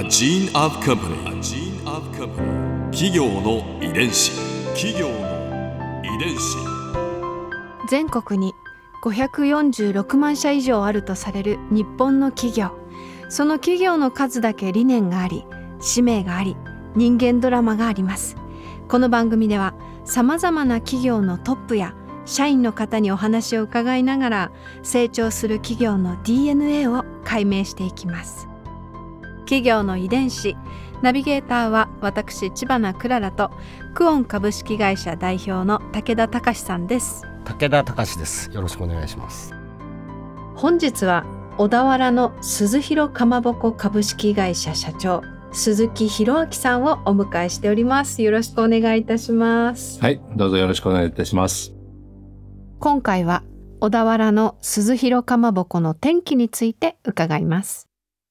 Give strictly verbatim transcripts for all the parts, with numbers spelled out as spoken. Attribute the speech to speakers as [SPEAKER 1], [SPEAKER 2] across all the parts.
[SPEAKER 1] A gene of company. A gene of company. 企業の遺伝子。企業の遺伝子。
[SPEAKER 2] 全国にごひゃくよんじゅうろくまんしゃ以上あるとされる日本の企業。その企業の数だけ理念があり、使命があり、人間ドラマがあります。この番組ではさまざまな企業のトップや社員の方にお話を伺いながら、成長する企業の ディーエヌエー を解明していきます。企業の遺伝子、ナビゲーターは私知花クララとクオン株式会社代表の武田隆さんです。
[SPEAKER 3] 武田隆です。よろしくお願いします。
[SPEAKER 2] 本日は小田原の鈴廣かまぼこ株式会社社長鈴木博明さんをお迎えしております。よろしくお願いいたします。
[SPEAKER 4] はい、どうぞよろしくお願いいたします。
[SPEAKER 2] 今回は小田原の鈴廣かまぼこの転機について伺います。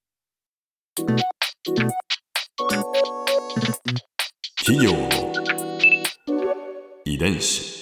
[SPEAKER 1] 企業の遺伝子。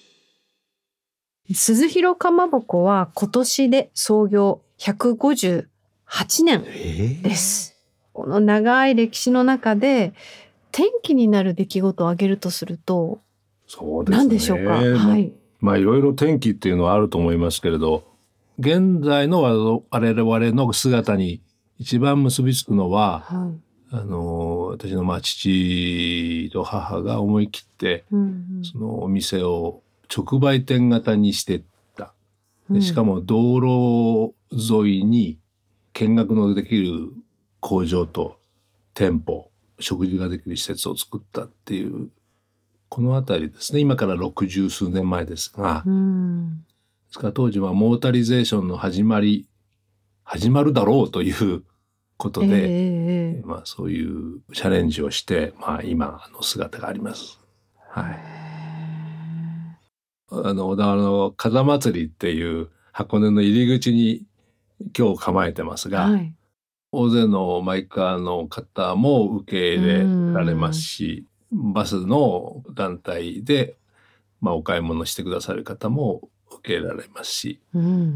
[SPEAKER 2] 鈴廣かまぼこは今年で創業ひゃくごじゅうはちねんです。えー、この長い歴史の中で転機になる出来事を挙げるとすると、
[SPEAKER 4] そうですね、
[SPEAKER 2] 何でしょうか。はい。
[SPEAKER 4] まあいろいろ転機っていうのはあると思いますけれど、現在の我々の姿に一番結びつくのは、はい、あの私のまあ父と母が思い切って、うんうん、そのお店を直売店型にしていった。でしかも道路沿いに見学のできる工場と店舗、食事ができる施設を作ったっていう、このあたりですね。今から六十数年前ですが、うん、ですから当時はモータリゼーションの始まり始まるだろうということで、えーまあ、そういうチャレンジをして、まあ、今の姿があります。はい。あの小田原の風祭りっていう箱根の入り口に今日構えてますが、はい、大勢のマイカーの方も受け入れられますし、バスの団体で、まあ、お買い物してくださる方も受け入れられますし、うん、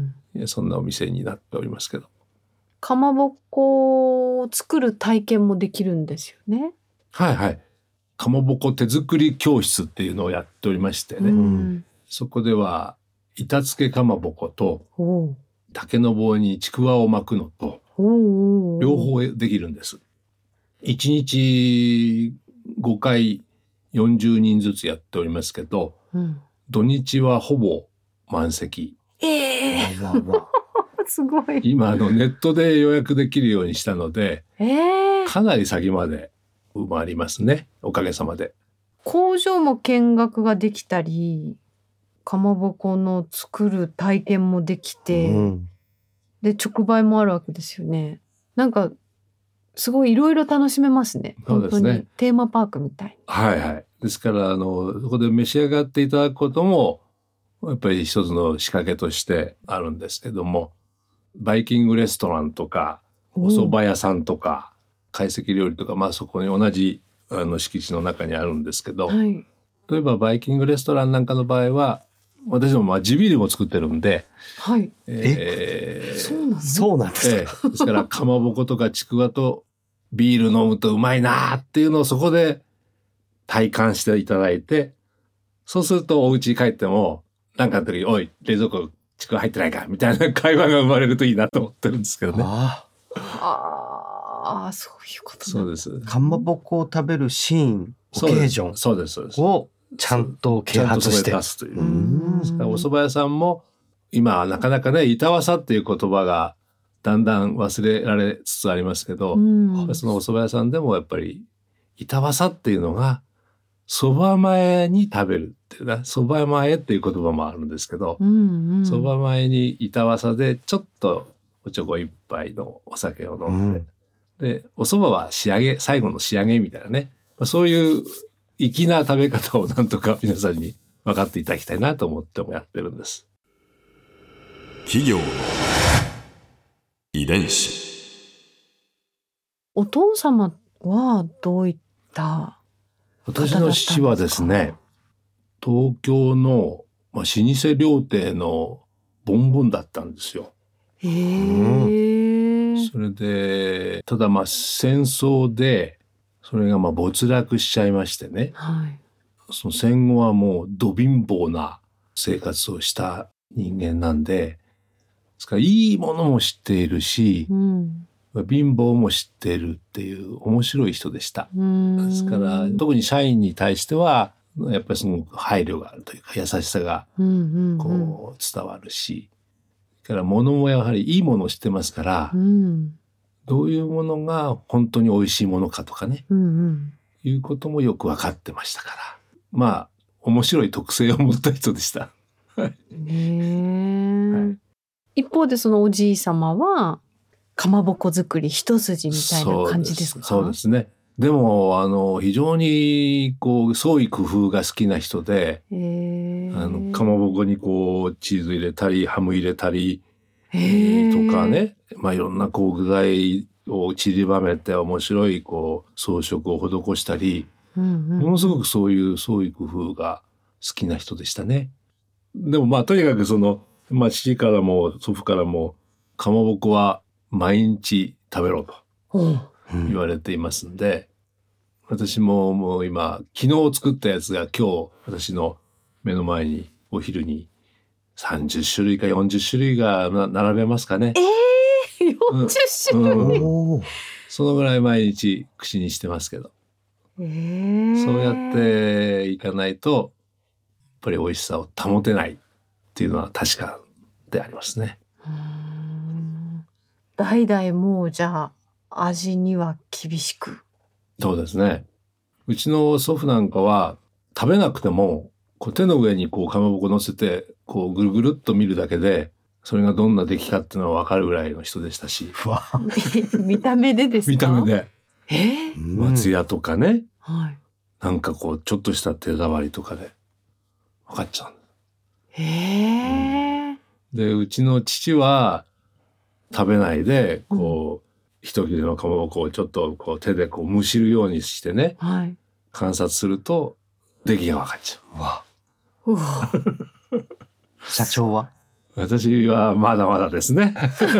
[SPEAKER 4] そんなお店になっておりますけど、
[SPEAKER 2] かまぼこを作る体験もできるんですよね。
[SPEAKER 4] はいはい。かまぼこ手作り教室っていうのをやっておりましてね、うん、そこでは板付けかまぼこと竹の棒にちくわを巻くのと両方できるんです。いちにちごかいよんじゅうにんずつやっておりますけど、うん、土日はほぼ満席。
[SPEAKER 2] えー、わわわすごい。
[SPEAKER 4] 今あのネットで予約できるようにしたので、えー、かなり先まで埋まりますね。おかげさまで。
[SPEAKER 2] 工場も見学ができたり、かまぼこの作る体験もできて、うん、で直売もあるわけですよね。なんかすごいいろいろ楽しめますね。
[SPEAKER 4] そうですね。
[SPEAKER 2] 本当にテーマパークみたい。
[SPEAKER 4] はいはい。ですからあのそこで召し上がっていただくこともやっぱり一つの仕掛けとしてあるんですけども、バイキングレストランとかお蕎麦屋さんとか懐石料理とか、まあそこに同じあの敷地の中にあるんですけど、はい、例えばバイキングレストランなんかの場合は私もまあ地ビールも作ってるんで、
[SPEAKER 2] はい、
[SPEAKER 4] えー、
[SPEAKER 3] そうなの？そうなんですか。
[SPEAKER 4] えー、ですからかまぼことかちくわとビール飲むとうまいなっていうのをそこで体感していただいて、そうするとお家に帰ってもなんかの時におい冷蔵庫ちくわ入ってないかみたいな会話が生まれるといいなと思ってるんですけどね。
[SPEAKER 3] あ
[SPEAKER 2] あ、そういうこと
[SPEAKER 4] なんだ。そうです。
[SPEAKER 3] かまぼこを食べるシーン、オケージョン
[SPEAKER 4] そうですそうです
[SPEAKER 3] をちゃんと啓発して
[SPEAKER 4] 出すという。うんですからお蕎麦屋さんも今なかなかね板わさっていう言葉がだんだん忘れられつつありますけど、そのお蕎麦屋さんでもやっぱり板わさっていうのが蕎麦前に食べるっていうね、蕎麦前っていう言葉もあるんですけど、うんうん、蕎麦前に板わさでちょっとおちょこ一杯のお酒を飲んで、うん、でお蕎麦は仕上げ、最後の仕上げみたいなね、そういう粋な食べ方をなんとか皆さんに分かっていただきたいなと思ってもやってるんです。
[SPEAKER 1] 企業の遺伝子。
[SPEAKER 2] お父様はどういった
[SPEAKER 4] 私の父はですね、東京の、まあ、老舗料亭のボンボンだったんですよ。
[SPEAKER 2] へー、
[SPEAKER 4] それでただまあ戦争でそれがまあ没落しちゃいましてね、
[SPEAKER 2] はい、
[SPEAKER 4] その戦後はもうど貧乏な生活をした人間なんで、ですからいいものも知っているし、
[SPEAKER 2] うん、
[SPEAKER 4] 貧乏も知っているっていう面白い人でした。
[SPEAKER 2] うん
[SPEAKER 4] ですから特に社員に対してはやっぱりすごく配慮があるというか優しさがこう伝わるし、それから物もやはりいいものを知ってますから、
[SPEAKER 2] うん、
[SPEAKER 4] どういうものが本当に美味しいものかとかね、
[SPEAKER 2] うんうん、
[SPEAKER 4] いうこともよく分かってましたから、まあ面白い特性を持った人でした。
[SPEAKER 2] へえ、はい、一方でそのおじい様はかまぼこ作り一筋みたいな感じですか？
[SPEAKER 4] そうです、そうですね。でもあの非常にこう創意工夫が好きな人で、あのかまぼこにこうチーズ入れたりハム入れたりとかね、まあ、いろんなこう具材を散りばめて面白いこう装飾を施したり、うんうん、ものすごくそういう創意工夫が好きな人でしたね。でもまあとにかくその、まあ、父からも祖父からもかまぼこは毎日食べろと言われていますんで、うん、私ももう今昨日作ったやつが今日私の目の前にお昼にさんじゅっしゅるいかよんじゅっしゅるいが並べますかね。
[SPEAKER 2] えー、よんじゅっしゅるい、
[SPEAKER 4] うんうん、そのぐらい毎日口にしてますけど、えー、そうやっていかないとやっぱり美味しさを保てないっていうのは確かでありますね。
[SPEAKER 2] うーん、代々もうじゃあ味には厳しく。
[SPEAKER 4] そうですね。うちの祖父なんかは食べなくてもこう手の上にこうかまぼこ乗せてこうぐるぐるっと見るだけでそれがどんな出来かっていうのは分かるぐらいの人でしたし。
[SPEAKER 2] 見た目でですか？
[SPEAKER 4] 見た目で。
[SPEAKER 2] えー、
[SPEAKER 4] 松屋とかね、
[SPEAKER 2] はい、
[SPEAKER 4] なんかこうちょっとした手触りとかで分かっちゃうんです。
[SPEAKER 2] へえ、うん、
[SPEAKER 4] でうちの父は食べないでこう、うん、一切れのかまぼこをちょっとこう手でこうむしるようにしてね、はい、観察すると出来が分かっちゃう。わ
[SPEAKER 3] うわ社長は？
[SPEAKER 4] 私はまだまだですね。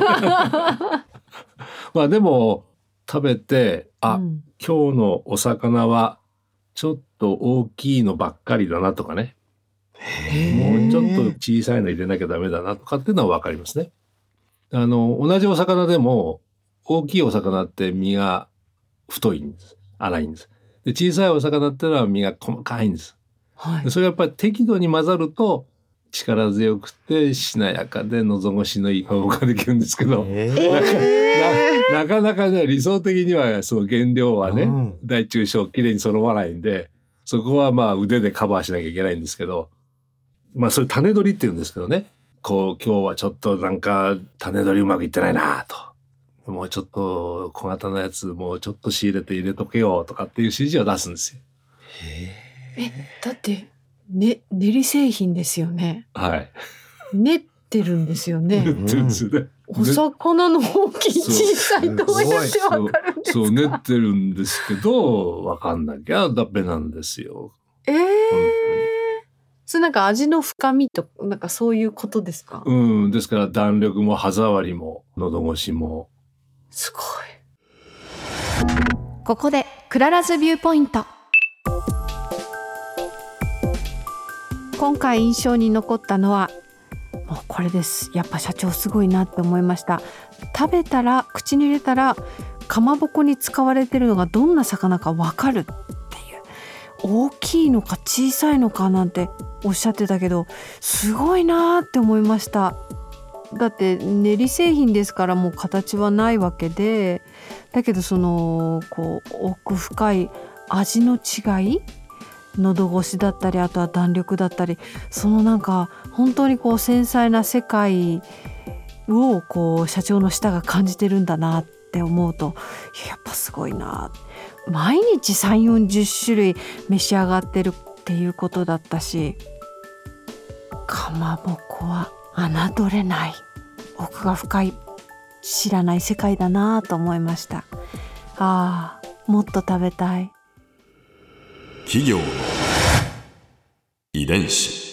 [SPEAKER 4] まあでも食べてあ、うん、今日のお魚はちょっと大きいのばっかりだなとかね、もうちょっと小さいの入れなきゃダメだなとかっていうのは分かりますね。あの同じお魚でも大きいお魚って身が太いんです、粗いんです。で小さいお魚ってのは身が細かいんです、はい、でそれがやっぱり適度に混ざると力強くてしなやかで喉越しのいいかまぼこができるんですけど、えー、な, な, なかなかね理想的にはその原料はね、うん、大中小きれいに揃わないんでそこはまあ腕でカバーしなきゃいけないんですけど、まあそれ種取りって言うんですけどね、こう今日はちょっとなんか種取りうまくいってないなと、もうちょっと小型のやつもうちょっと仕入れて入れとけよとかっていう指示を出すんですよ。
[SPEAKER 2] へえ、だってね、練り製品ですよね。
[SPEAKER 4] はい。
[SPEAKER 2] 練ってるんですよね。
[SPEAKER 4] 練ってるんですね。
[SPEAKER 2] お魚の大きい小さいどうやってわかるんですか？
[SPEAKER 4] そう、そう練ってるんですけどわかんなきゃダメなんですよ。
[SPEAKER 2] ええー。それなんか味の深みとなんかそういうことですか？
[SPEAKER 4] うん、ですから弾力も歯触りも喉越しも
[SPEAKER 2] すごい。
[SPEAKER 5] ここでクララズビューポイント。
[SPEAKER 2] 今回印象に残ったのはもうこれです。やっぱ社長すごいなって思いました。食べたら口に入れたらかまぼこに使われてるのがどんな魚かわかるっていう、大きいのか小さいのかなんておっしゃってたけどすごいなって思いました。だって練り製品ですからもう形はないわけで、だけどそのこう奥深い味の違い、喉越しだったりあとは弾力だったり、そのなんか本当にこう繊細な世界をこう社長の舌が感じてるんだなって思うとやっぱすごいな。毎日さんじゅうよんじゅっしゅるい召し上がってるっていうことだったし、かまぼこは侮れない奥が深い知らない世界だなと思いました。ああ、もっと食べたい。
[SPEAKER 1] 企業の遺伝子。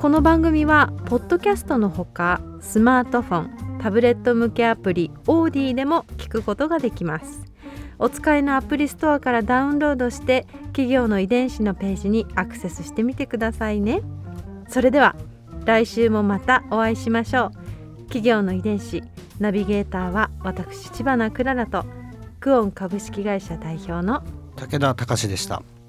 [SPEAKER 2] この番組はポッドキャストのほかスマートフォン、タブレット向けアプリオーディでも聞くことができます。お使いのアプリストアからダウンロードして企業の遺伝子のページにアクセスしてみてくださいね。それでは来週もまたお会いしましょう。企業の遺伝子ナビゲーターは私知花くららとクオン株式会社代表の
[SPEAKER 3] 武田隆でした。